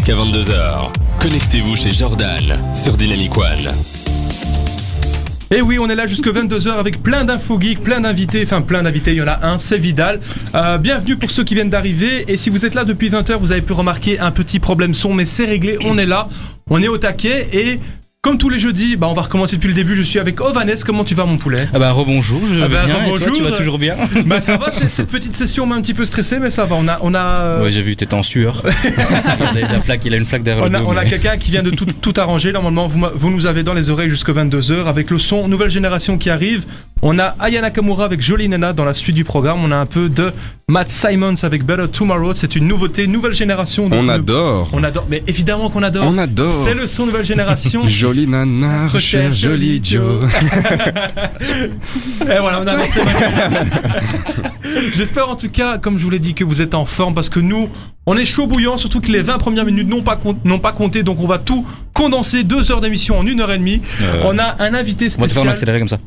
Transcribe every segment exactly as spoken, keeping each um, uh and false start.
jusqu'à vingt-deux heures. Connectez-vous chez Jordan sur Dynamic One. Et oui, on est là jusqu'à vingt-deux heures avec plein d'infos geeks, plein d'invités, enfin plein d'invités, il y en a un, c'est Vidal. Euh, bienvenue pour ceux qui viennent d'arriver, et si vous êtes là depuis vingt heures, vous avez pu remarquer un petit problème son, mais c'est réglé, on est là, on est au taquet, et comme tous les jeudis, bah on va recommencer depuis le début, je suis avec Ovanes, comment tu vas mon poulet? Ah bah rebonjour, je ah vais bah, bien, rebonjour. Et toi tu vas toujours bien? Bah ça va, c'est, cette petite session m'a un petit peu stressé, mais ça va, on a... On a euh... Ouais j'ai vu, t'étais en sueur. il, a la flaque, il a une flaque derrière on le a, dos. On mais... a quelqu'un qui vient de tout, tout arranger, normalement vous, vous nous avez dans les oreilles jusqu'à vingt-deux heures avec le son Nouvelle Génération qui arrive. On a Aya Nakamura avec Jolie Nana dans la suite du programme, on a un peu de Matt Simons avec Better Tomorrow, c'est une nouveauté, Nouvelle Génération. On adore. On adore, mais évidemment qu'on adore. On adore. C'est le son Nouvelle Génération. Jolie Nana recherche Joli Joe. Et voilà, on a avancé. J'espère en tout cas, comme je vous l'ai dit, que vous êtes en forme parce que nous, on est chaud bouillant, surtout que les vingt premières minutes n'ont pas, compte, n'ont pas compté, donc on va tout condenser, deux heures d'émission en une heure et demie. Euh... On a un invité spécial. On va te faire accélérer comme ça.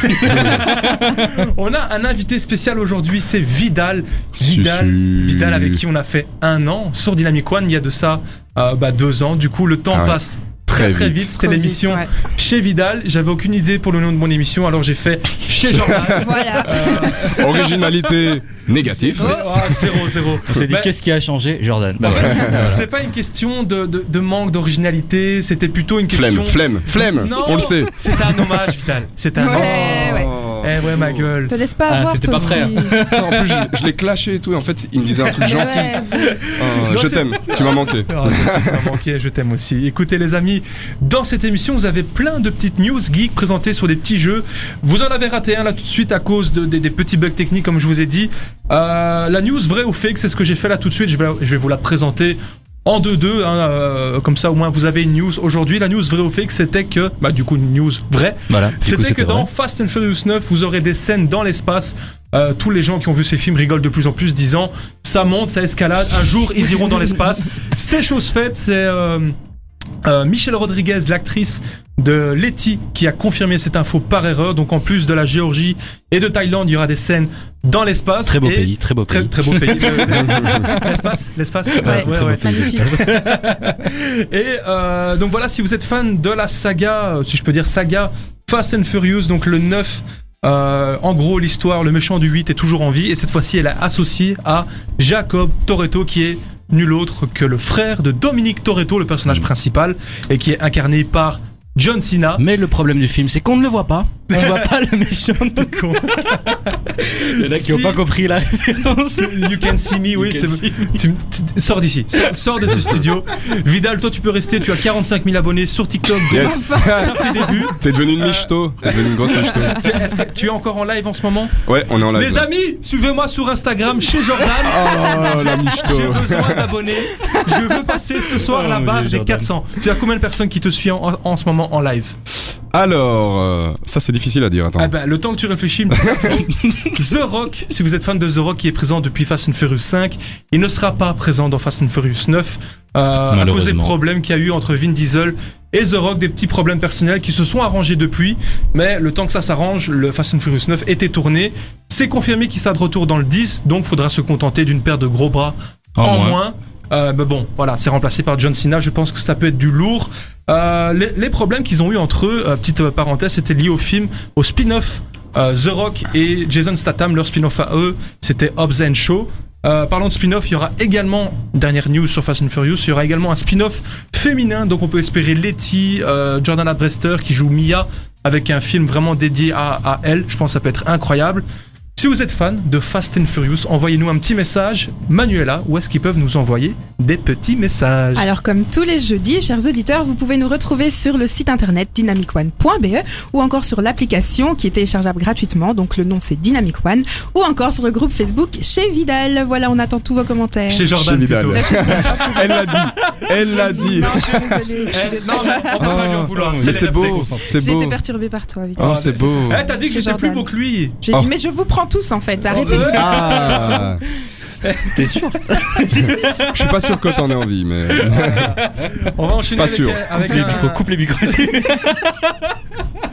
On a un invité spécial aujourd'hui, c'est Vidal. Vidal, Vidal avec qui on a fait un an sur Dynamic One, il y a de ça euh, bah, deux ans. Du coup, le temps ah, passe très, très vite. vite. C'était Trop l'émission vite, ouais. Chez Vidal. J'avais aucune idée pour le nom de mon émission, alors j'ai fait chez Jordan. Voilà. Euh... Originalité négative. C'est... Oh, zéro, zéro. On s'est dit bah, qu'est-ce qui a changé, Jordan. Bah, ouais, c'est, c'est pas une question de, de, de manque d'originalité, c'était plutôt une question. Flemme, flemme, flemme. Non, on le sait. C'était un hommage, Vidal. C'était un ouais, hommage. Ouais. Eh ouais, ma gueule. Te laisse pas ah, avoir. T'étais pas prêt. Hein. En plus, je, je l'ai clashé et tout. En fait, il me disait un truc gentil. Ouais. Oh, non, je t'aime. Tu m'as manqué. Oh, tu m'as manqué. Je t'aime aussi. Écoutez, les amis, dans cette émission, vous avez plein de petites news geeks présentées sur des petits jeux. Vous en avez raté un là tout de suite à cause de, de, des petits bugs techniques, comme je vous ai dit. Euh, la news vraie ou fake, c'est ce que j'ai fait là tout de suite. Je vais, je vais vous la présenter. En deux deux, hein, euh, comme ça au moins vous avez une news aujourd'hui. La news vraie ou fake, c'était que, bah du coup une news vraie, voilà, c'était coup, que c'était dans vrai. Fast and Furious neuf, vous aurez des scènes dans l'espace. Euh, tous les gens qui ont vu ces films rigolent de plus en plus, disant ça monte, ça escalade, un jour ils iront dans l'espace. C'est chose faite, c'est euh, euh, Michelle Rodriguez, l'actrice de Letty, qui a confirmé cette info par erreur. Donc en plus de la Géorgie et de Thaïlande, il y aura des scènes dans l'espace. Très beau et pays, très beau pays. Très, très beau pays. l'espace, l'espace. Ouais, ouais, ouais, ouais. Magnifique. Et euh, donc voilà, si vous êtes fan de la saga, si je peux dire saga Fast and Furious, donc le neuf, euh, en gros l'histoire, le méchant du huit est toujours en vie, et cette fois-ci elle est associée à Jacob Toretto, qui est nul autre que le frère de Dominic Toretto, le personnage mmh. principal, et qui est incarné par John Cena. Mais le problème du film, c'est qu'on ne le voit pas. On voit pas le méchant de con. Il y en a qui n'ont si... pas compris la référence. You can see me, oui. C'est... See. Tu, tu, sors d'ici, sors, sors de ce studio. Vidal, toi tu peux rester, tu as quarante-cinq mille abonnés sur TikTok. Yes. Ça fait début. T'es devenu une michto. T'es devenu une grosse michto. Est-ce que tu es encore en live en ce moment? Ouais, on est en live. Les là. amis, suivez-moi sur Instagram chez Jordan. Oh la michto. J'ai besoin d'abonnés. Je veux passer ce soir oh, la barre des quatre cents. Tu as combien de personnes qui te suivent en, en ce moment en live? Alors, euh, ça c'est difficile à dire, attends. Ah ben, le temps que tu réfléchis, The Rock, si vous êtes fan de The Rock qui est présent depuis Fast and Furious cinq, il ne sera pas présent dans Fast and Furious neuf euh, à cause des problèmes qu'il y a eu entre Vin Diesel et The Rock, des petits problèmes personnels qui se sont arrangés depuis, mais le temps que ça s'arrange, le Fast and Furious neuf était tourné. C'est confirmé qu'il sera de retour dans le dix, donc faudra se contenter d'une paire de gros bras en, en moins. moins. Euh, mais bon, voilà, c'est remplacé par John Cena. Je pense que ça peut être du lourd. Euh, les, les problèmes qu'ils ont eu entre eux, euh, petite parenthèse, c'était lié au film, au spin-off euh, The Rock et Jason Statham. Leur spin-off à eux, c'était Hobbs and Shaw. Euh, parlant de spin-off, il y aura également, dernière news sur Fast and Furious, il y aura également un spin-off féminin. Donc on peut espérer Letty, euh, Jordana Brewster qui joue Mia avec un film vraiment dédié à, à elle. Je pense que ça peut être incroyable. Si vous êtes fan de Fast and Furious, envoyez-nous un petit message. Manuela, où est-ce qu'ils peuvent nous envoyer des petits messages? Alors comme tous les jeudis, chers auditeurs, vous pouvez nous retrouver sur le site internet dynamic one point b e ou encore sur l'application qui est téléchargeable gratuitement, donc le nom c'est Dynamic One, ou encore sur le groupe Facebook chez Vidal. Voilà, on attend tous vos commentaires. Chez Jordan chez plutôt. Elle l'a dit, elle l'a dit. Non, je suis désolée. Eh, non, mais on peut pas lui en vouloir. Mais c'est beau, c'est beau. J'ai été perturbée par toi, Vidal. Oh, c'est beau. Eh, t'as dit que Chez j'étais Jordan. plus beau que lui. J'ai oh. dit, mais je vous prends tous en fait, arrêtez de vous Ah. T'es sûr? Je suis pas sûr que t'en aies envie, mais. On va enchaîner pas avec, sûr. avec coupe, un... les micros, coupe les micros.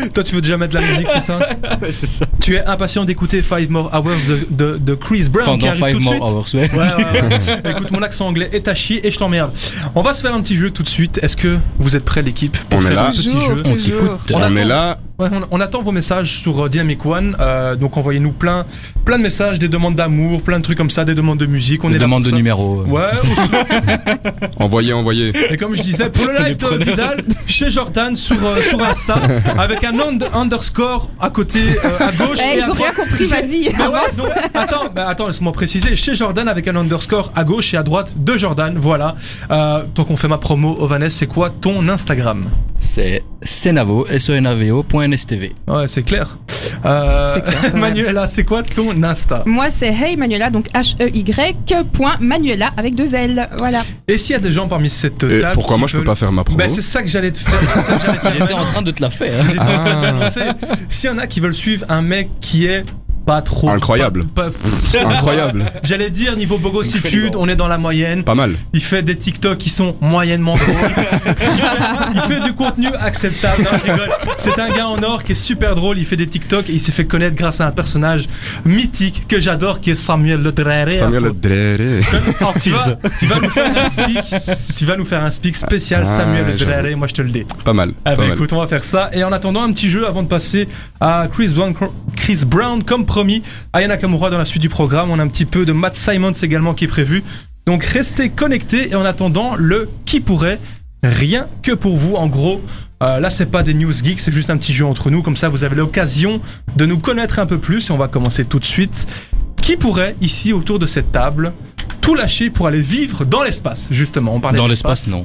Toi, tu veux déjà mettre de la musique, c'est ça? Ouais, c'est ça. Tu es impatient d'écouter Five More Hours de, de, de Chris Brown Pendant qui arrive Five tout de More suite. Hours, ouais. Ouais, ouais, ouais. Écoute, mon accent anglais est à chier et je t'emmerde. On va se faire un petit jeu tout de suite. Est-ce que vous êtes prêts, l'équipe, pour On est faire là. un petit Toujours, jeu? toujours. On On attend- est là. Ouais, on, on attend vos messages sur euh, Dynamic One. Euh, donc envoyez-nous plein, plein de messages, des demandes d'amour, plein de trucs comme ça, des demandes de musique. On Des est là demandes pour de ça. numéro. Ouais, aussi. Envoyez, envoyez. Et comme je disais, pour le live de Vidal, chez Jordan sur, euh, sur Insta, avec un und- underscore à côté, euh, à gauche. Eh, et ils à ont rien droite. compris, vas-y, Mais ouais, avance. donc, attends, bah, attends, laisse-moi préciser. Chez Jordan avec un underscore à gauche et à droite de Jordan. Voilà. Euh, tant qu'on fait ma promo, Ovanes, c'est quoi ton Instagram? C'est senavo, S O N A V O, point N S T V. Ouais, c'est clair. Euh, C'est clair, ça va. Manuela, c'est quoi ton Insta? Moi, c'est Hey Manuela, donc H-E-Y, point Manuela avec deux L. Voilà. Et s'il y a des gens parmi cette Et table. pourquoi qui moi je peux veulent- pas faire ma promo? Bah, c'est ça que j'allais te faire. C'est ça que j'allais te faire. J'étais en train de te la faire. J'étais en train de Ah. l'annoncer. S'il y en a qui veulent suivre un mec qui est pas trop. Incroyable. pas- pas- Incroyable. J'allais dire, niveau bogossitude, on est dans la moyenne. Pas mal. Il fait des TikTok qui sont moyennement drôles. il, fait, il fait du contenu acceptable. Non, je rigole. C'est un gars en or qui est super drôle. Il fait des TikTok et il s'est fait connaître grâce à un personnage mythique que j'adore qui est Samuel Le Drere. Samuel Le Drere. Alors, tu, vas, tu vas nous faire un speak. Tu vas nous faire un speak spécial Ah, Samuel Le j'avoue. Drere. Moi, je te le dis. Pas mal. Ah pas bah mal. écoute, on va faire ça. Et en attendant, un petit jeu avant de passer à Chris Brown, Chris Brown comme promis, Aya Nakamura dans la suite du programme. On a un petit peu de Matt Simons également qui est prévu. Donc restez connectés et en attendant, le qui pourrait, rien que pour vous. En gros, euh, là c'est pas des news geeks, c'est juste un petit jeu entre nous. Comme ça, vous avez l'occasion de nous connaître un peu plus. Et on va commencer tout de suite. Qui pourrait, ici autour de cette table, tout lâcher pour aller vivre dans l'espace, justement. On parlait Dans d'espace. l'espace, non.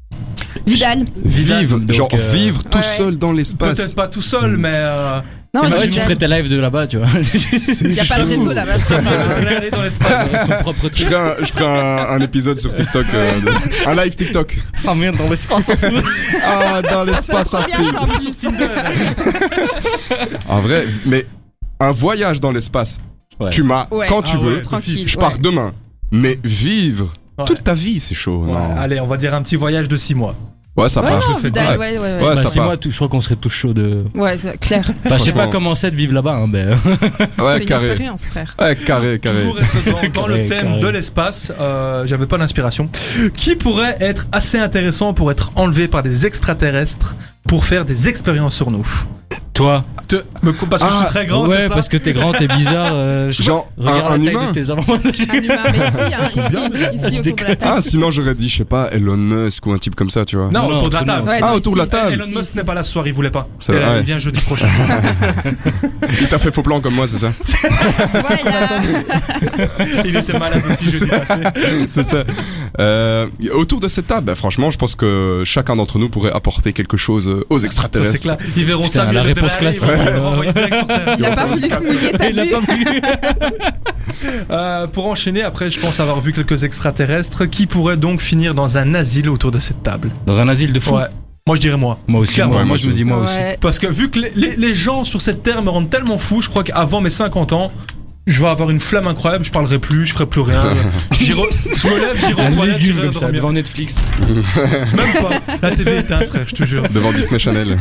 Vidal. Vivre, Donc, genre euh, vivre tout ouais. seul dans l'espace. Peut-être pas tout seul, mais... euh, Non, Ah j'ai ouais, tu Vidal. ferais tes lives de là-bas, tu vois. Il n'y a pas de réseau là-bas. aller dans l'espace. Son propre Je truc. ferai un, je ferai un, un épisode sur TikTok, euh, de- un live TikTok. Ça vient dans l'espace. Ah, dans l'espace Ça à sonne trop bien, ça, en fil. plus. En vrai, mais un voyage dans l'espace, Ouais. tu m'as Ouais. quand tu Ah veux. ouais, Tranquille. Je pars ouais. demain. Mais vivre Ouais. toute ta vie, c'est chaud. Ouais, non. allez, on va dire un petit voyage de six mois. Ouais, ça Ouais, part. non, je fais Vidal, direct. ouais, ouais, ouais. Ouais, Bah, ça si part. moi, tout- je crois qu'on serait tous chauds de. Ouais, c'est clair. Enfin, je sais pas Franchement. comment c'est de vivre là-bas, hein, mais. Ouais, C'est une carré. expérience, frère. Ouais, carré, carré. Toujours rester dans, dans le Carré, thème carré. de l'espace. Euh, J'avais pas d'inspiration. Qui pourrait être assez intéressant pour être enlevé par des extraterrestres pour faire des expériences sur nous? Toi. Te, me, parce que je Ah, suis très grand, Ouais, c'est ça? parce que t'es grand, t'es bizarre. euh, je sais Genre, pas, regarde un, un la taille humain. de tes avant. Un humain, mais ici, hein, ici, ici, autour de la table. Ah, sinon j'aurais dit, je sais pas, Elon Musk ou un type comme ça, tu vois. Non, Non, autour de la entre nous. table. Ouais, Ah, non, autour de la ici, table. Elon ici, Musk ici. n'est pas là ce soir, il voulait pas. C'est Il, vrai. il vient jeudi prochain. Il t'a fait faux plan comme moi, c'est ça? Voilà. Il était malade aussi jeudi passé. C'est ça. Euh, autour de cette table, bah, franchement, je pense que chacun d'entre nous pourrait apporter quelque chose euh, aux Ça, extraterrestres. c'est clair. Ils verront Putain, ça. la réponse classique. Il a pas voulu se mouiller, t'as Il a vu? pas voulu. Euh, pour enchaîner, après, je pense avoir vu quelques extraterrestres qui pourraient donc finir dans un asile autour de cette table. Dans un asile de fou. Ouais. Moi, je dirais moi. Moi aussi, Clairement, moi, moi moi je me aussi. dis moi aussi. Ouais. Parce que vu que les, les- les gens sur cette terre me rendent tellement fou, je crois qu'avant mes cinquante ans, je vais avoir une flamme incroyable, je parlerai plus, je ferai plus rien. J'irai- je me lève, j'irai Un aux toilettes, légume j'irai comme ça, dormir. devant Netflix. Même pas. La T V est éteinte, frère, je te jure. Devant Disney Channel.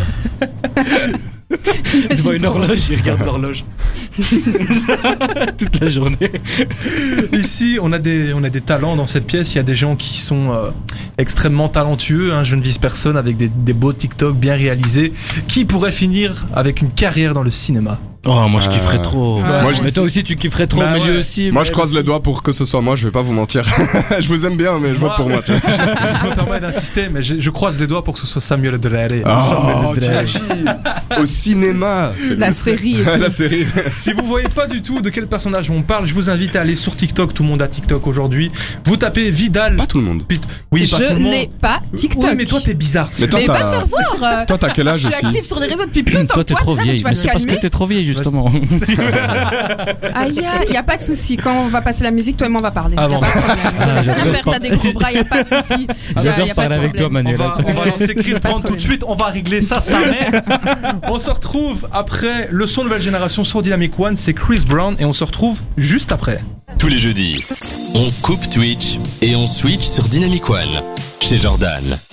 Devant une horloge, il regarde l'horloge. Toute la journée. Ici, on a des, on a des talents dans cette pièce. Il y a des gens qui sont euh, extrêmement talentueux. Hein, je ne vise personne avec des, des beaux TikTok bien réalisés qui pourraient finir avec une carrière dans le cinéma. Oh, moi je Euh, kifferais trop. Ouais. Moi, je- Mais toi aussi, tu kifferais trop Bah au milieu ouais. aussi. Moi, mais je croise aussi. les doigts pour que ce soit moi, je vais pas vous mentir. Je vous aime bien, mais je vote Moi- pour moi, tu vois. Je me permets d'insister, mais je, je croise les doigts pour que ce soit Samuel Le Drere. Oh, Samuel Le Drere. t'imagines Au cinéma. C'est La le- série et tout. La série. Si vous voyez pas du tout de quel personnage on parle, je vous invite à aller sur TikTok. Tout le monde a TikTok aujourd'hui. Vous tapez Vidal. Pas tout le monde. Pit- Oui, pas tout Je le monde. n'ai pas TikTok. Oui, mais toi t'es bizarre. Mais toi, Mais va te t'as faire voir. euh, toi, t'as quel âge Je suis aussi? active sur les réseaux depuis plus longtemps Toi, que t'es toi. trop déjà, vieille. tu vas Mais te c'est parce que calmer. t'es trop vieille, justement. Aïe, il y a pas de souci. Quand on va passer la musique, toi et moi on va parler. Ah Y a bon. pas de problème. Ah, J'allais j'adore rien faire, t'as des gros bras, y a pas de souci. Y a- y J'adore a pas parler de avec toi, problème. On Manuel. va, on va lancer Chris Pas de Brown tout de problème. suite, on va régler ça, sa mère. On se retrouve après le son nouvelle génération sur Dynamic One, c'est Chris Brown et on se retrouve juste après. Tous les jeudis, on coupe Twitch et on switch sur Dynamic One chez Jordan.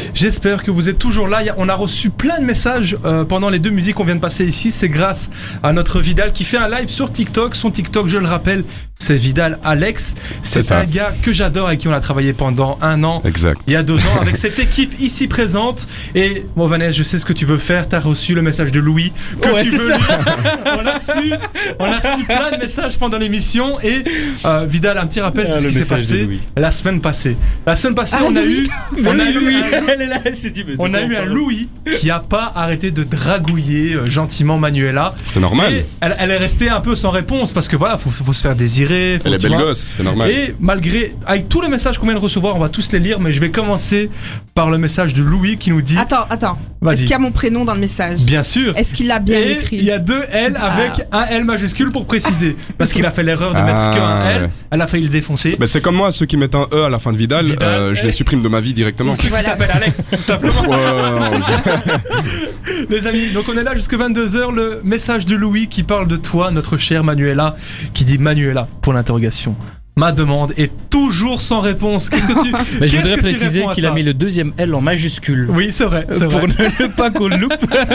J'espère que vous êtes toujours là. Y a, on a reçu plein de messages euh, pendant les deux musiques qu'on vient de passer ici. C'est grâce à notre Vidal qui fait un live sur TikTok. Son TikTok, je le rappelle, c'est Vidal Alex. C'est, c'est un gars que j'adore, avec qui on a travaillé pendant un an. Exact. Il y a deux ans, avec cette équipe ici présente. Et bon, Vanessa, je sais ce que tu veux faire. T'as reçu le message de Louis. Que ouais, tu c'est veux ça. on, a reçu, on a reçu plein de messages pendant l'émission. Et euh, Vidal, un petit rappel de Ah, ce qui s'est passé la semaine passée. La semaine passée, Ah, on a Louis. eu. On a eu Louis. un- Elle est là, elle s'est dit, mais On a eu un Louis qui a pas arrêté de dragouiller euh, gentiment Manuela. C'est normal. Et elle, elle est restée un peu sans réponse parce que voilà, faut, faut se faire désirer. Faut, Elle est tu belle vois. gosse, c'est normal. Et malgré, avec tous les messages qu'on vient de recevoir, on va tous les lire, mais je vais commencer par le message de Louis qui nous dit. Attends, attends. Vas-y. Est-ce qu'il y a mon prénom dans le message? Bien sûr. Est-ce qu'il l'a bien Et écrit? il y a deux L avec un L majuscule pour préciser. Parce qu'il a fait l'erreur de mettre Ah, qu'un L. ouais. Elle a failli le défoncer. Bah, c'est comme moi, ceux qui mettent un E à la fin de Vidal, Vidal, euh, je eh. les supprime de ma vie directement. Donc, il Voilà. s'appelle Alex, tout simplement. Ouais, ouais, ouais. Les amis, donc on est là jusqu'à vingt-deux heures. Le message de Louis qui parle de toi, notre chère Manuela, qui dit Manuela pour l'interrogation. Ma demande est toujours sans réponse. Qu'est-ce que tu. Mais je qu'est-ce voudrais que tu préciser réponds à qu'il a ça mis le deuxième L en majuscule. Oui, c'est vrai. C'est Pour vrai. ne pas qu'on le loupe.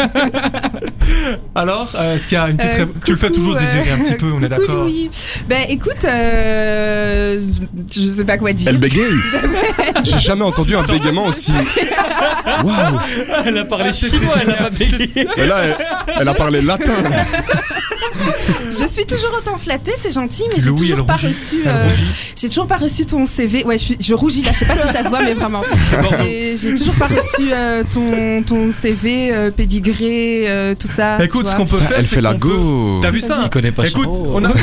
Alors, euh, est-ce qu'il y a une petite. Euh, ré- tu le fais coucou, toujours désirer un petit peu, on est coucou, d'accord. Louis. Ben écoute, euh, je je sais pas quoi dire. Elle bégaye. J'ai jamais entendu un bégaiement aussi. Waouh. Elle a parlé chinois, elle a pas bégayé. Mais là, elle, elle a parlé latin. Je suis toujours autant flattée, c'est gentil, mais j'ai Louis, toujours elle pas rougit. reçu. Elle euh, rougit. j'ai toujours pas reçu ton C V. Ouais, je, suis, je rougis là. Je sais pas si ça se voit, mais vraiment. J'ai, j'ai toujours pas reçu euh, ton ton C V, euh, pédigré, euh, tout ça. Écoute, tu ce vois. qu'on peut faire. Elle c'est fait la qu'on peut- go. T'as vu ça? Il connaît pas Écoute, Chiro. on a.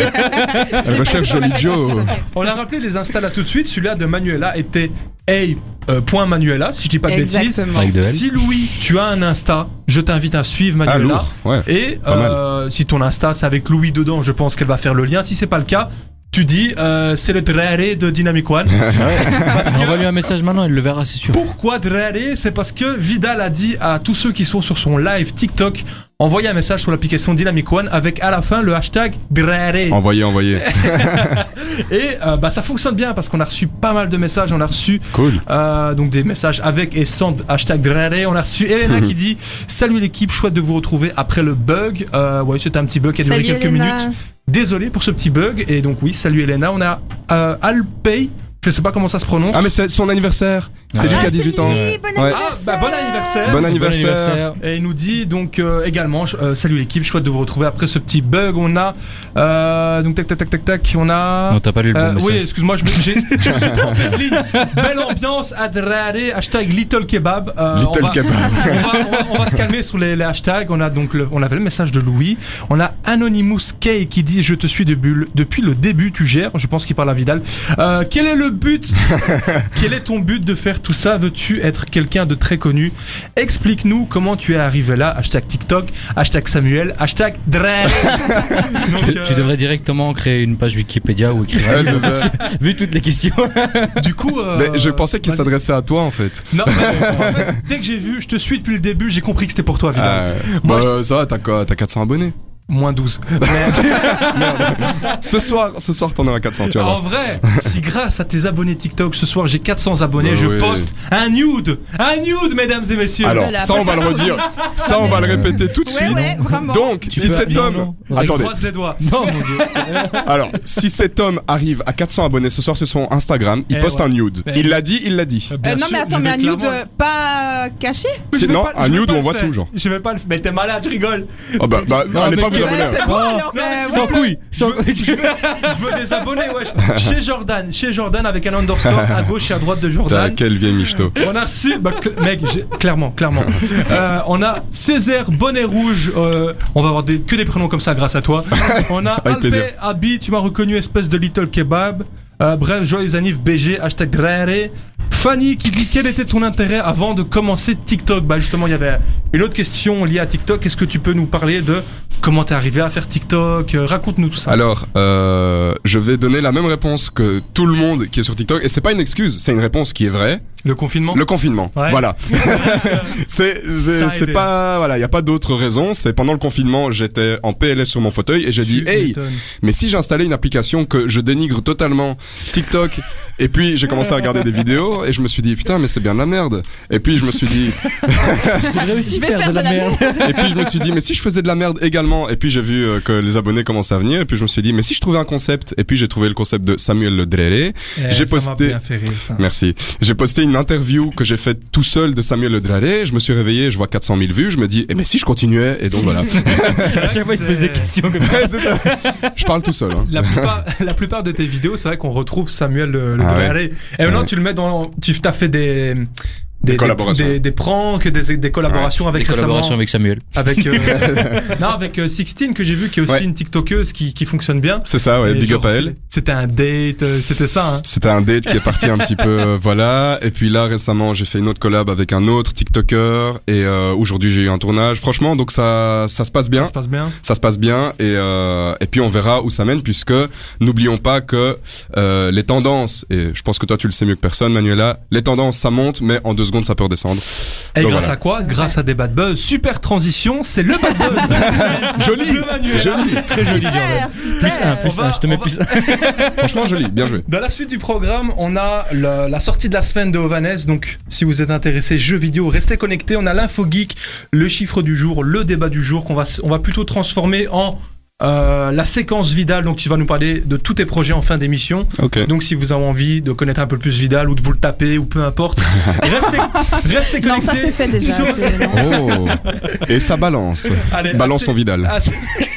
Je l'ai recherche passé dans ma Jolly tête Joe. aussi, t'inquiète. On a rappelé les Insta là tout de suite. Celui-là de Manuela était hey, euh, point Manuela, si je dis pas de bêtises. Exactement. Avec deux L. Si Louis, tu as un Insta, je t'invite à suivre Ah, Manuela. lourd. Ouais. Et Pas mal. euh, si ton Insta c'est avec Louis dedans, je pense qu'elle va faire le lien. Si c'est pas le cas, tu dis euh, c'est le Drare de Dynamic One. Envoie-lui un message maintenant, il le verra, c'est sûr. Pourquoi Drare? C'est parce que Vidal a dit à tous ceux qui sont sur son live TikTok, envoyez un message sur l'application Dynamic One avec à la fin le hashtag Drare. Envoyez, envoyez. Et euh, bah ça fonctionne bien parce qu'on a reçu pas mal de messages. On a reçu Cool. euh, donc des messages avec et sans hashtag Drare. On a reçu Elena qui dit salut l'équipe, chouette de vous retrouver après le bug. Euh, ouais, c'était un petit bug qui a duré Salut, quelques Elena. minutes. Désolé pour ce petit bug. Et donc oui, salut Elena. On a euh, Alpay. Je sais pas comment ça se prononce. Ah, mais c'est son anniversaire. C'est lui Ah, qui a dix-huit ans. lui, bon Ouais. Ah, bah, bon anniversaire. Bon anniversaire. Et il nous dit donc euh, également euh, salut l'équipe, chouette de vous retrouver après ce petit bug. On a euh, donc tac tac tac tac tac. On a. Non, t'as pas lu le bon Euh, message. oui, excuse-moi, je me j'ai, je me suis trompé de ligne. Belle ambiance à Drare, hashtag Little Kebab. Euh, Little on va, Kebab. On va, on, va, on va se calmer sur les, les hashtags. On a donc le, on avait le message de Louis. On a Anonymous K qui dit je te suis depuis le, depuis le début, tu gères. Je pense qu'il parle à Vidal. Euh, quel est le but? Quel est ton but de faire tout ça? Veux-tu être quelqu'un de très connu? Explique-nous comment tu es arrivé là. Hashtag TikTok, hashtag Samuel, hashtag Drare. Donc, Tu- euh, Tu devrais directement créer une page Wikipédia ou écrire. Ouais, c'est Parce ça. que, vu toutes les questions. du coup, euh, Mais je pensais qu'il vas-y. s'adressait à toi en fait. Non, mais, en fait, dès que j'ai vu, je te suis depuis le début, j'ai compris que c'était pour toi, Vidal. Euh, Moi, bah, ça va, t'as quoi, t'as quatre cents abonnés. Moins douze. Ce soir, ce soir, t'en as à quatre cents, tu vas En voir. vrai, si grâce à tes abonnés TikTok, ce soir j'ai quatre cents abonnés, Bah je oui. poste un nude, un nude, mesdames et messieurs. Alors, Voilà, ça, on va le pas redire. trop vite. Ça, on va le répéter tout de Ouais, suite. ouais, vraiment. Donc, Tu si peux- cet non, homme. non. Je Attendez. croise les doigts. Non, mon Dieu. Alors, si cet homme arrive à quatre cents abonnés ce soir sur son Instagram, il Eh poste ouais. un nude. Eh. Il l'a dit, il l'a dit. Bien Euh, non, sûr, mais attends, je mais vais un nude clairement- euh, pas caché? Je C'est- vais non, pas- un je vais nude pas où on le voit faire. tout, genre. Je vais pas le faire. Mais t'es malade, je rigole. Oh bah, bah, Non, allez mais pas vous tu- abonner. c'est hein. bon, Oh, alors. non, euh, mais Sans ouais. couilles. Sans couilles. Je veux des abonnés, wesh. Chez Jordan, chez Jordan avec un underscore à gauche et à droite de T'as Jordan. quel vieil michto. On a reçu, bah, cl- mec, j'ai- clairement, clairement. Euh, on a Césaire Bonnet Rouge. euh, on va avoir des, que des prénoms comme ça grâce à toi. On a Avec plaisir. Alpé Abi, tu m'as reconnu, espèce de Little Kebab. Euh, bref, joyeux anniv B G, hashtag Drare. Fanny qui dit quel était ton intérêt avant de commencer TikTok? Bah justement, il y avait une autre question liée à TikTok. Est-ce que tu peux nous parler de comment t'es arrivé à faire TikTok? Euh, Raconte-nous tout ça. Alors, euh, je vais donner la même réponse que tout le monde qui est sur TikTok. Et c'est pas une excuse, c'est une réponse qui est vraie. Le confinement. Le confinement. Ouais. Voilà. c'est c'est, c'est pas voilà, il y a pas d'autre raison. C'est pendant le confinement, j'étais en P L S sur mon fauteuil et j'ai dit, hey, mais si j'installais une application que je dénigre totalement, TikTok, et puis j'ai commencé à regarder des vidéos et je me suis dit, putain, mais c'est bien de la merde. Et puis je me suis dit, je devrais aussi faire, faire de, de la merde. merde. Et puis je me suis dit, mais si je faisais de la merde également. Et puis j'ai vu que les abonnés commençaient à venir. Et puis je me suis dit, mais si je trouvais un concept. Et puis j'ai trouvé le concept de Samuel Le Drere. Eh, j'ai ça posté. M'a bien fait rire, ça. Merci. J'ai posté une interview que j'ai faite tout seul de Samuel Le Drere. Je me suis réveillé, je vois quatre cent mille vues. Je me dis, eh mais si je continuais. Et donc voilà. À chaque fois, il se pose des questions comme ça. Ouais, c'est ça. Je parle tout seul. Hein. La plupart, la plupart de tes vidéos, c'est vrai qu'on retrouve Samuel Le, le ah Drere. Ouais. Et maintenant, ouais. tu le mets dans. Tu as fait des. Des, des collaborations, des, des, des pranks, des, des collaborations ouais, avec des collaborations avec Samuel, avec euh, non avec euh, Sixteen que j'ai vu qui est aussi ouais. une TikTokeuse qui qui fonctionne bien. C'est ça, ouais, et big genre, up à elle. C'était un date, euh, c'était ça. Hein. C'était un date qui est parti un petit peu, euh, voilà. Et puis là récemment, j'ai fait une autre collab avec un autre TikToker et euh, aujourd'hui j'ai eu un tournage. Franchement, donc ça ça se passe bien. Ça se passe bien. Ça se passe bien et euh, et puis on verra où ça mène puisque n'oublions pas que euh, les tendances et je pense que toi tu le sais mieux que personne, Manuela, les tendances ça monte mais en deux secondes ça peut redescendre. Et donc, grâce voilà. à quoi? Grâce à des bad buzz. Super transition, c'est le bad buzz. Joli, joli, très joli. Super, super. Plus un, plus un, je te mets plus un. Franchement joli, bien joué. Dans la suite du programme, on a le, la sortie de la semaine de Ovanes. Donc, si vous êtes intéressé jeux vidéo, restez connectés. On a l'info geek, le chiffre du jour, le débat du jour qu'on va, on va plutôt transformer en Euh, la séquence Vidal, donc tu vas nous parler de tous tes projets en fin d'émission. Okay. Donc si vous avez envie de connaître un peu plus Vidal ou de vous le taper ou peu importe, restez, restez connectés. Non, ça c'est fait déjà. Sur... C'est... Oh. Et ça balance. Allez, balance assez, ton Vidal. Assez...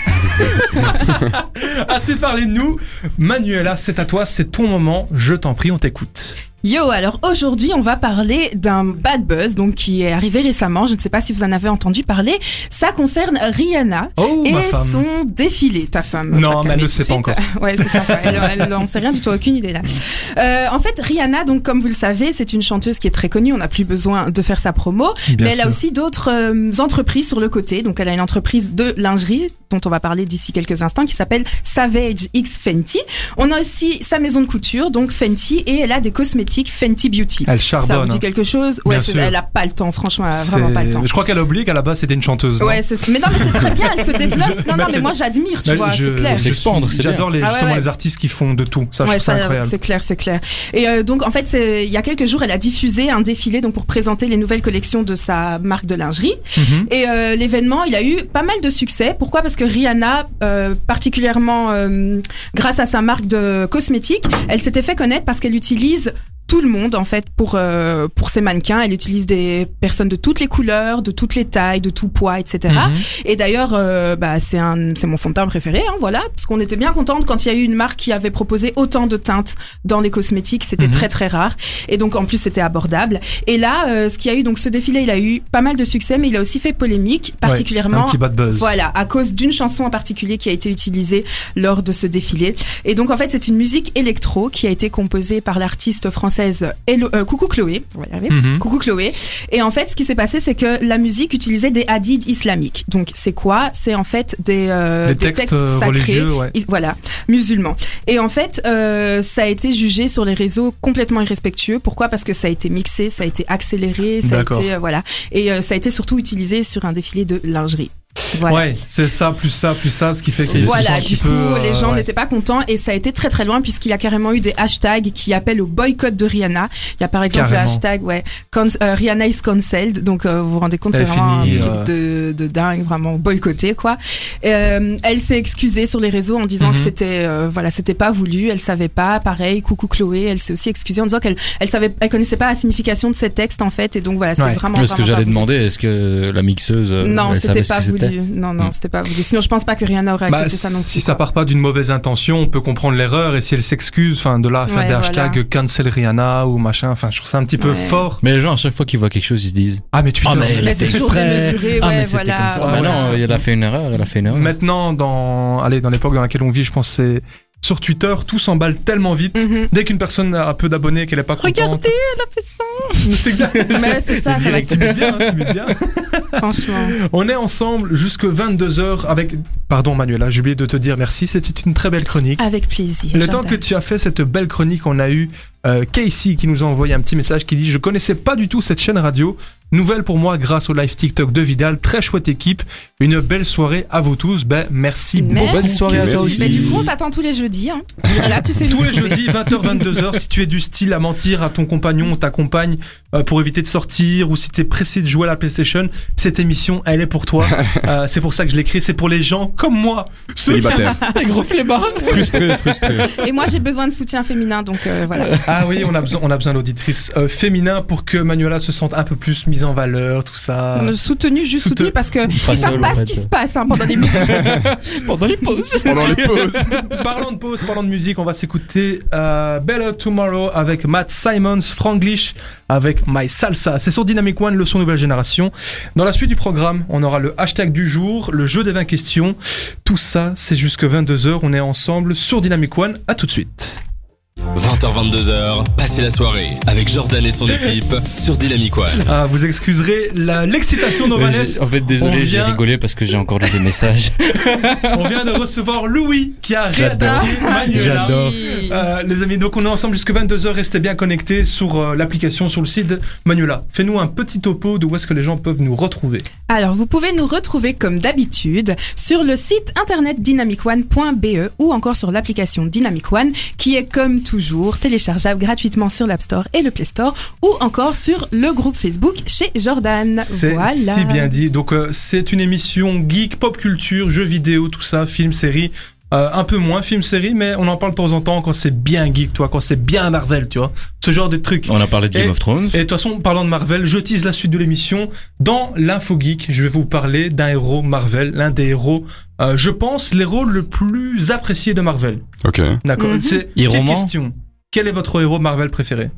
assez parlé de nous. Manuela, c'est à toi, c'est ton moment. Je t'en prie, on t'écoute. Yo, alors aujourd'hui, on va parler d'un bad buzz donc qui est arrivé récemment. Je ne sais pas si vous en avez entendu parler. Ça concerne Rihanna oh, et ma femme. son défilé. Ta femme. Non, mais elle ne sait pas encore. Ouais, c'est ça. Elle n'en sait rien du tout, aucune idée là. Euh, en fait, Rihanna, donc comme vous le savez, c'est une chanteuse qui est très connue. On n'a plus besoin de faire sa promo, Bien mais sûr. elle a aussi d'autres euh, entreprises sur le côté. Donc, elle a une entreprise de lingerie dont on va parler d'ici quelques instants qui s'appelle Savage X Fenty. On a aussi sa maison de couture, donc Fenty, et elle a des cosmétiques Fenty Beauty. Elle charbonne. Ça vous dit quelque chose? Ouais, c'est, elle a pas le temps, franchement, elle a c'est... vraiment pas le temps. Je crois qu'elle oublie qu'à la base c'était une chanteuse. Ouais, c'est... mais non, mais c'est très bien, elle se développe. Je... Non, non, mais, mais moi j'admire, tu mais vois, je... c'est clair. S'expandre, c'est J'adore les, ah ouais, justement ouais. les artistes qui font de tout. Ça, je ouais, trouve ça, ça incroyable. C'est clair, c'est clair. Et euh, donc, en fait, c'est... il y a quelques jours, elle a diffusé un défilé donc pour présenter les nouvelles collections de sa marque de lingerie. Mm-hmm. Et euh, l'événement, il a eu pas mal de succès. Pourquoi? Parce que Rihanna, euh, particulièrement euh, grâce à sa marque de cosmétiques, elle s'était fait connaître parce qu'elle utilise tout le monde en fait pour euh, pour ses mannequins. Elle utilise des personnes de toutes les couleurs, de toutes les tailles, de tout poids, et cetera. Mm-hmm. Et d'ailleurs, euh, bah c'est un c'est mon fond de teint préféré, hein, voilà, parce qu'on était bien contente quand il y a eu une marque qui avait proposé autant de teintes dans les cosmétiques. C'était mm-hmm. très très rare. Et donc en plus c'était abordable. Et là, euh, ce qu'il y a eu donc ce défilé, il a eu pas mal de succès, mais il a aussi fait polémique, particulièrement. Ouais, un petit bad buzz. Voilà, à cause d'une chanson en particulier qui a été utilisée lors de ce défilé. Et donc en fait, c'est une musique électro qui a été composée par l'artiste française Hello, euh, Coucou Chloé, on va y arriver. Mm-hmm. Coucou Chloé. Et en fait, ce qui s'est passé, c'est que la musique utilisait des hadiths islamiques. Donc, c'est quoi? C'est en fait des, euh, des, des textes, textes sacrés, religieux, ouais. is- voilà, musulmans. Et en fait, euh, ça a été jugé sur les réseaux complètement irrespectueux. Pourquoi? Parce que ça a été mixé, ça a été accéléré, ça D'accord. a été euh, voilà, et euh, ça a été surtout utilisé sur un défilé de lingerie. Voilà. Ouais, c'est ça, plus ça, plus ça, ce qui fait qu'il y a voilà, un du petit coup, peu, les euh, gens ouais. n'étaient pas contents et ça a été très très loin puisqu'il y a carrément eu des hashtags qui appellent au boycott de Rihanna. Il y a par exemple Carrément. le hashtag ouais, con- euh, Rihanna is cancelled. Donc euh, vous vous rendez compte, Elle c'est vraiment finit, un truc euh... de, de dingue, vraiment boycotté quoi. Euh, elle s'est excusée sur les réseaux en disant Mm-hmm. que c'était euh, voilà, c'était pas voulu, elle savait pas. Pareil, coucou Chloé, elle s'est aussi excusée en disant qu'elle elle savait, elle connaissait pas la signification de ces textes en fait et donc voilà, c'était Ouais. vraiment. Mais ce que vraiment j'allais pas demander, est-ce que la mixeuse euh, non, elle c'était savait pas ce que voulu. c'était Non, non, Mm. c'était pas voulu. Sinon, je pense pas que Rihanna aurait Bah, accepté ça non plus. si quoi. ça part pas d'une mauvaise intention, on peut comprendre l'erreur et si elle s'excuse, enfin de là à faire Ouais, des voilà. hashtags cancel Rihanna ou machin, enfin je trouve ça un petit peu Ouais. fort. Mais les gens, à chaque fois qu'ils voient quelque chose, ils se disent Ah mais tu Ah, mais elle Mais a c'est fait toujours exprès. démesuré, Ah, ouais, mais c'était voilà. comme ça. Ouais, Bah ouais, non, c'est- elle a fait une erreur, elle a fait une erreur. Maintenant dans allez dans l'époque dans laquelle on vit, je pense que c'est sur Twitter, tout s'emballe tellement vite. Mhm. Dès qu'une personne a un peu d'abonnés, qu'elle est pas contente. Regardez, elle a fait ça. C'est exact. Mais c'est ça, ça va direct. Tu mets bien, tu mets bien. Franchement. On est ensemble jusque vingt-deux heures avec. Pardon Manuela, j'ai oublié de te dire merci. C'était une très belle chronique. Avec plaisir. Le Jordan. temps que tu as fait cette belle chronique, on a eu euh, Casey qui nous a envoyé un petit message qui dit « Je connaissais pas du tout cette chaîne radio. Nouvelle pour moi grâce au live TikTok de Vidal. Très chouette équipe. Une belle soirée à vous tous. Ben, merci, merci. beaucoup. Bonne soirée à toi aussi. Mais du coup, on t'attend tous les jeudis. Hein. Là, tu sais tous les jeudis, vingt heures, vingt-deux heures. Si tu es du style à mentir à ton compagnon, ta compagne, euh, pour éviter de sortir, ou si tu es pressé de jouer à la PlayStation, cette émission, elle est pour toi. euh, c'est pour ça que je l'écris. C'est pour les gens comme moi. Célibataire. Des gros flemmards. Frustré, frustré. Et moi, j'ai besoin de soutien féminin, donc euh, voilà. Ah oui, on a besoin, on a besoin d'auditrices euh, féminins pour que Manuela se sente un peu plus mise en valeur, tout ça. Soutenu, juste Souten... soutenu parce que pas ils savent seul, pas en ce fait. qui se passe hein, pendant les musiques. Pendant les pauses. Pendant les pauses. Parlant de pause, parlant de musique, on va s'écouter euh, Better Tomorrow avec Matt Simons, Franglish avec My Salsa. C'est sur Dynamic One, le son nouvelle génération. Dans la suite du programme, on aura le hashtag du jour, le jeu des vingt questions. Tout ça, c'est jusque vingt-deux heures. On est ensemble sur Dynamic One. À tout de suite. vingt heures vingt-deux heures, passez la soirée avec Jordan et son équipe sur Dynamic One. Ah, vous excuserez la, l'excitation d'Ovanès. En fait, désolé, vient... j'ai rigolé parce que j'ai encore lu des messages. On vient de recevoir Louis qui a réattaqué Manuela. J'adore. Euh, les amis, donc on est ensemble jusque vingt-deux heures. Restez bien connectés sur euh, l'application, sur le site de Manuela. Fais-nous un petit topo de où est-ce que les gens peuvent nous retrouver. Alors, vous pouvez nous retrouver comme d'habitude sur le site internet dynamic one point b e ou encore sur l'application Dynamic One qui est comme toujours téléchargeable gratuitement sur l'App Store et le Play Store ou encore sur le groupe Facebook chez Jordan. C'est voilà. si bien dit. Donc euh, c'est une émission geek, pop culture, jeux vidéo, tout ça, films, séries. Euh, un peu moins film série, mais on en parle de temps en temps quand c'est bien geek, toi, quand c'est bien Marvel, tu vois, ce genre de trucs. On a parlé de Game et, of Thrones. Et de toute façon, parlant de Marvel, je tease la suite de l'émission. Dans l'info geek, je vais vous parler d'un héros Marvel, l'un des héros, euh, je pense, l'héros le plus apprécié de Marvel. Ok. D'accord. Mhm. C'est Héros petite man. question. Quel est votre héros Marvel préféré?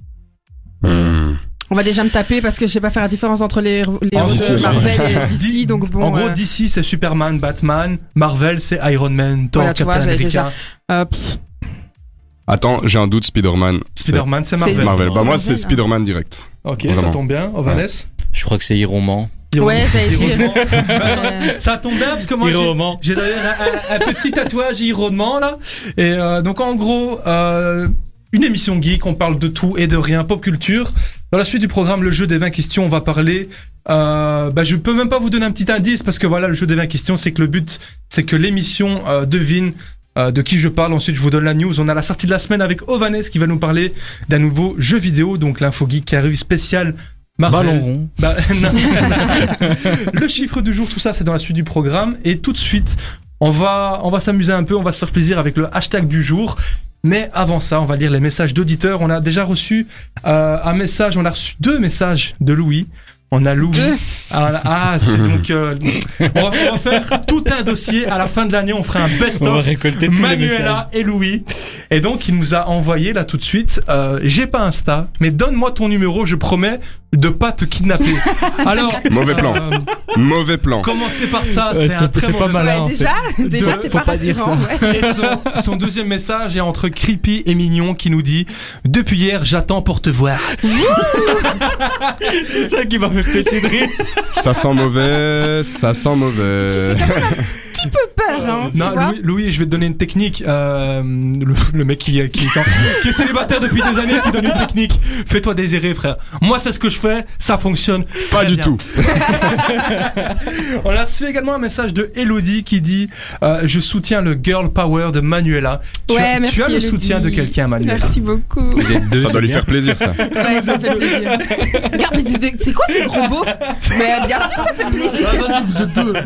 Hmm. On va déjà me taper parce que je sais pas faire la différence entre les, les En héros D C, de Marvel et D C, D- donc bon. en gros, euh, D C c'est Superman, Batman, Marvel c'est Iron Man, Thor, Voilà, tu vois, Captain j'avais America. euh, pff, Attends, j'ai un doute, Spider-Man. Spider-Man c'est C'est- Marvel. C'est Marvel. Bah moi Marvel, c'est hein. Spider-Man direct. Ok, ça Vraiment. tombe bien. Ovanès. Je crois que c'est Iron Man. Ouais, j'allais dire. Iron Man. Euh, Ça tombe bien parce que moi Iron j'ai, Man. j'ai d'ailleurs un, un- un petit tatouage Iron Man là. Et euh, donc en gros, euh, une émission geek, on parle de tout et de rien, pop culture. Dans la suite du programme, le jeu des vingt questions, on va parler. Euh, bah je peux même pas vous donner un petit indice parce que voilà, le jeu des vingt questions, c'est que le but, c'est que l'émission euh, devine. Euh, de qui je parle. Ensuite, je vous donne la news. On a la sortie de la semaine avec Ovanès qui va nous parler d'un nouveau jeu vidéo, donc l'info geek qui arrive spécial Marvel. Ballon rond. Bah, non. Le chiffre du jour, tout ça, c'est dans la suite du programme. Et tout de suite, on va, on va s'amuser un peu, on va se faire plaisir avec le hashtag du jour. Mais avant ça, on va lire les messages d'auditeurs. On a déjà reçu euh, un message, on a reçu deux messages de Louis. On a Louis. Ah, ah, c'est donc. Euh, on, va, on va faire tout un dossier. À la fin de l'année, on fera un On va best-of. récolter tous les messages. Manuela et Louis. Et donc, il nous a envoyé là tout de suite. Euh, j'ai pas Insta, mais donne-moi ton numéro. Je promets de pas te kidnapper. Alors. Mauvais plan. euh, Mauvais plan. commencez par ça. Ouais, c'est un c'est- très c'est pas mauvais malin. plan. ouais, en déjà, déjà, De- t'es faut pas pas dire rassurant. Ouais. Et son, son deuxième message est entre creepy et mignon qui nous dit depuis hier j'attends pour te voir. C'est ça qui m'a fait péter de rire. Ça sent mauvais, ça sent mauvais. Un petit peu peur, hein, tu Non, vois. Louis, Louis, je vais te donner une technique. Euh, le, le mec qui, qui, qui, qui est célibataire depuis des années qui donne une technique. Fais-toi désirer, frère. Moi, c'est ce que je fais. Ça fonctionne. Pas très du bien. tout. On a reçu également un message de Elodie qui dit euh, je soutiens le girl power de Manuela. Tu, Ouais, as, merci, tu as le Elodie. soutien de quelqu'un, Manuela. Merci beaucoup. Vous êtes deux. Ça doit c'est lui bien. faire plaisir ça. Ouais, ça me fait plaisir. Regarde, mais c'est c'est quoi ces gros beaufs? Mais bien sûr, ça fait plaisir. Ah, vas-y, vous êtes deux.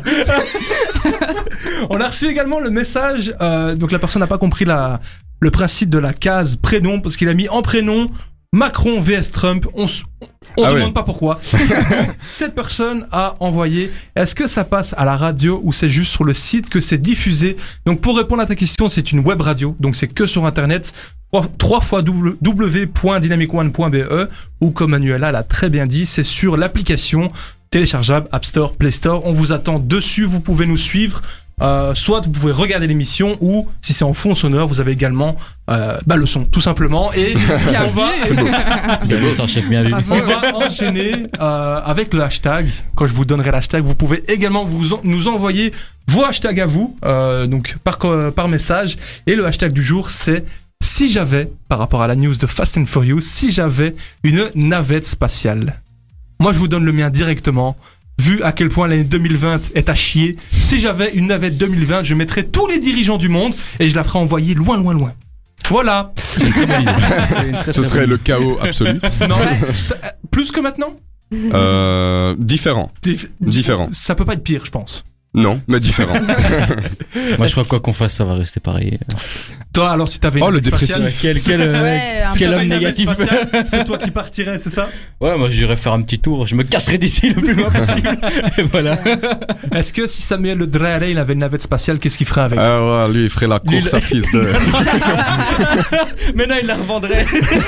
On a reçu également le message, euh, donc la personne n'a pas compris la, le principe de la case prénom, parce qu'il a mis en prénom Macron vs Trump. On s- on Ah demande ouais. pas pourquoi. Cette personne a envoyé, est-ce que ça passe à la radio ou c'est juste sur le site que c'est diffusé? Donc pour répondre à ta question, c'est une web radio, donc c'est que sur internet. trois fois w w w point dynamic one point b e ou comme Manuela l'a très bien dit, c'est sur l'application téléchargeable App Store, Play Store. On vous attend dessus, vous pouvez nous suivre. Euh, soit vous pouvez regarder l'émission ou si c'est en fond sonore, vous avez également euh, bah, le son, tout simplement. Et Bien on va, vu. C'est beau, c'est un chef bien vu. Bravo. on va enchaîner euh, avec le hashtag. Quand je vous donnerai l'hashtag, vous pouvez également vous en- nous envoyer vos hashtags à vous, euh, donc par, co- par message. Et le hashtag du jour, c'est si j'avais, par rapport à la news de Fast and Furious, si j'avais une navette spatiale. Moi, je vous donne le mien directement. Vu à quel point l'année deux mille vingt est à chier, si j'avais une navette deux mille vingt, je mettrais tous les dirigeants du monde et je la ferais envoyer loin, loin, loin. Voilà. C'est une très bonne idée. C'est une très, Ce très serait bonne le chaos absolu. Non, ça, plus que maintenant. Euh, différent. Dif- Différent. Ça peut pas être pire, je pense. Non, mais différent. Moi, je crois que quoi qu'on fasse, ça va rester pareil. Toi, alors, si t'avais une Oh, le navette spatiale, Quel, quel, euh, Ouais, un quel t'avais homme une navette négatif. spatiale, c'est toi qui partirais, c'est ça? Ouais, moi, j'irais faire un petit tour. Je me casserais d'ici le plus loin possible. Et voilà. Est-ce que si Samuel Le Drare, il avait une navette spatiale, qu'est-ce qu'il ferait avec? Ah ouais, lui, il ferait la Lui, course il- à fils de... Maintenant, il la revendrait.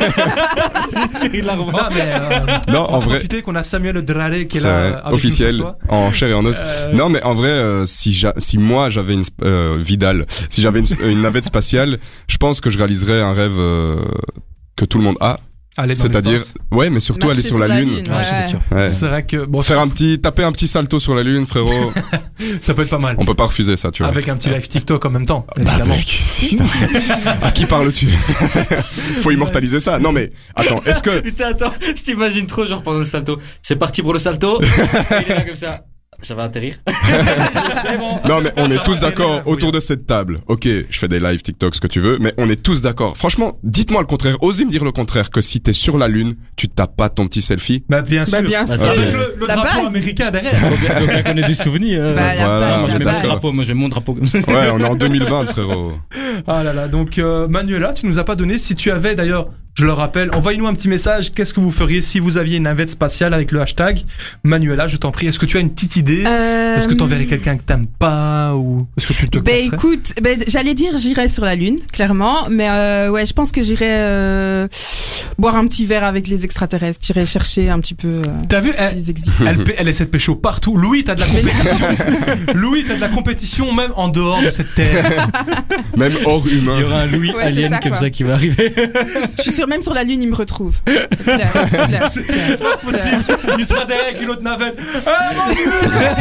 C'est sûr, il la Non, revend. mais euh, Non, en vrai... profitez qu'on a Samuel Le Drare qui est C'est là, vrai, euh, avec officiel, nous ce soir. en chair et en os. Euh, Non, mais en vrai, euh, si, j'a- si moi j'avais une sp- euh, Vidal, si j'avais une, sp- une navette spatiale, je pense que je réaliserais un rêve euh, que tout le monde a, Aller dans c'est-à-dire, l'espace. ouais, mais surtout Marcher aller sur, la, lune. ouais. Ouais, j'étais sûr. Ouais. C'est vrai que bon, Faire un petit, taper un petit salto sur la lune, frérot. ça peut être pas mal. On peut pas refuser ça, tu vois. Avec un petit live TikTok en même temps, évidemment. Mec, putain. À qui parles-tu? Faut immortaliser ça. Non mais attends, est-ce que Putain, attends, je t'imagine trop, genre pendant le salto. C'est parti pour le salto. Et il est là comme ça. Ça va atterrir. C'est bon. non mais on Ça est va tous atterrir, d'accord oui. autour de cette table. Ok, je fais des live TikTok, ce que tu veux, mais on est tous d'accord. Franchement, dites-moi le contraire. Osez me dire le contraire que si t'es sur la lune, tu tapes pas ton petit selfie. Bah bien sûr. Bah, bien sûr. Avec Ok. le, le La drapeau base. américain derrière. Faut bien, faut bien qu'on ait des souvenirs. hein. Bah, la Voilà, base, moi, je la mets d'accord. mon base. drapeau. Moi, je mets mon drapeau. Ouais, on est en deux mille vingt, frérot. Ah là là. Donc euh, Manuela, tu nous as pas donné. Si tu avais d'ailleurs, je le rappelle, envoyez-nous un petit message. Qu'est-ce que vous feriez si vous aviez une navette spatiale avec le hashtag Manuela? Je t'en prie. Est-ce que tu as une petite idée? Euh, Est-ce que t'enverrais quelqu'un que t'aimes pas ou est-ce que tu te Ben casserais? écoute, ben, j'allais dire j'irais sur la lune, clairement, mais euh, ouais, je pense que j'irais euh, boire un petit verre avec les extraterrestres. J'irais chercher un petit peu euh, T'as vu? Elle, s'ils existent. elle, elle essaie de pécho partout. Louis, t'as de la compétition. Louis, t'as de la compétition même en dehors de cette terre. Même hors humain. Il y aura un Louis Ouais, c'est alien ça, comme quoi. ça qui va arriver. Je suis sûre, même sur la lune, ils me retrouvent. Claire, claire, claire, C'est claire. pas possible. Il sera derrière avec une autre navette. Ah mon Dieu!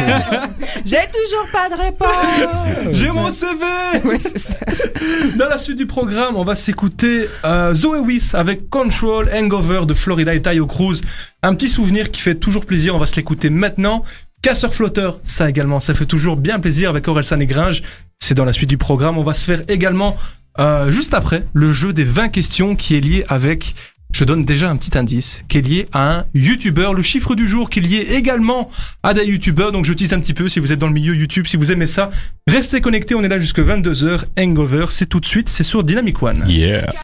J'ai toujours pas de réponse. J'ai mon C V! Ouais, c'est ça. Dans la suite du programme, on va s'écouter euh, Zoé Wiss avec Control, Hangover de Florida et Tayo Cruz. Un petit souvenir qui fait toujours plaisir, on va se l'écouter maintenant. Casseur flotteur, ça également, ça fait toujours bien plaisir avec Orelsan et Gringe. C'est dans la suite du programme. On va se faire également, euh, juste après, le jeu des vingt questions qui est lié avec... Je donne déjà un petit indice qui est lié à un YouTuber. Le chiffre du jour qui est lié également à des YouTubers. Donc je tease un petit peu si vous êtes dans le milieu YouTube, si vous aimez ça. Restez connectés, on est là jusque vingt-deux heures. Hangover, c'est tout de suite, c'est sur Dynamic One. Yeah.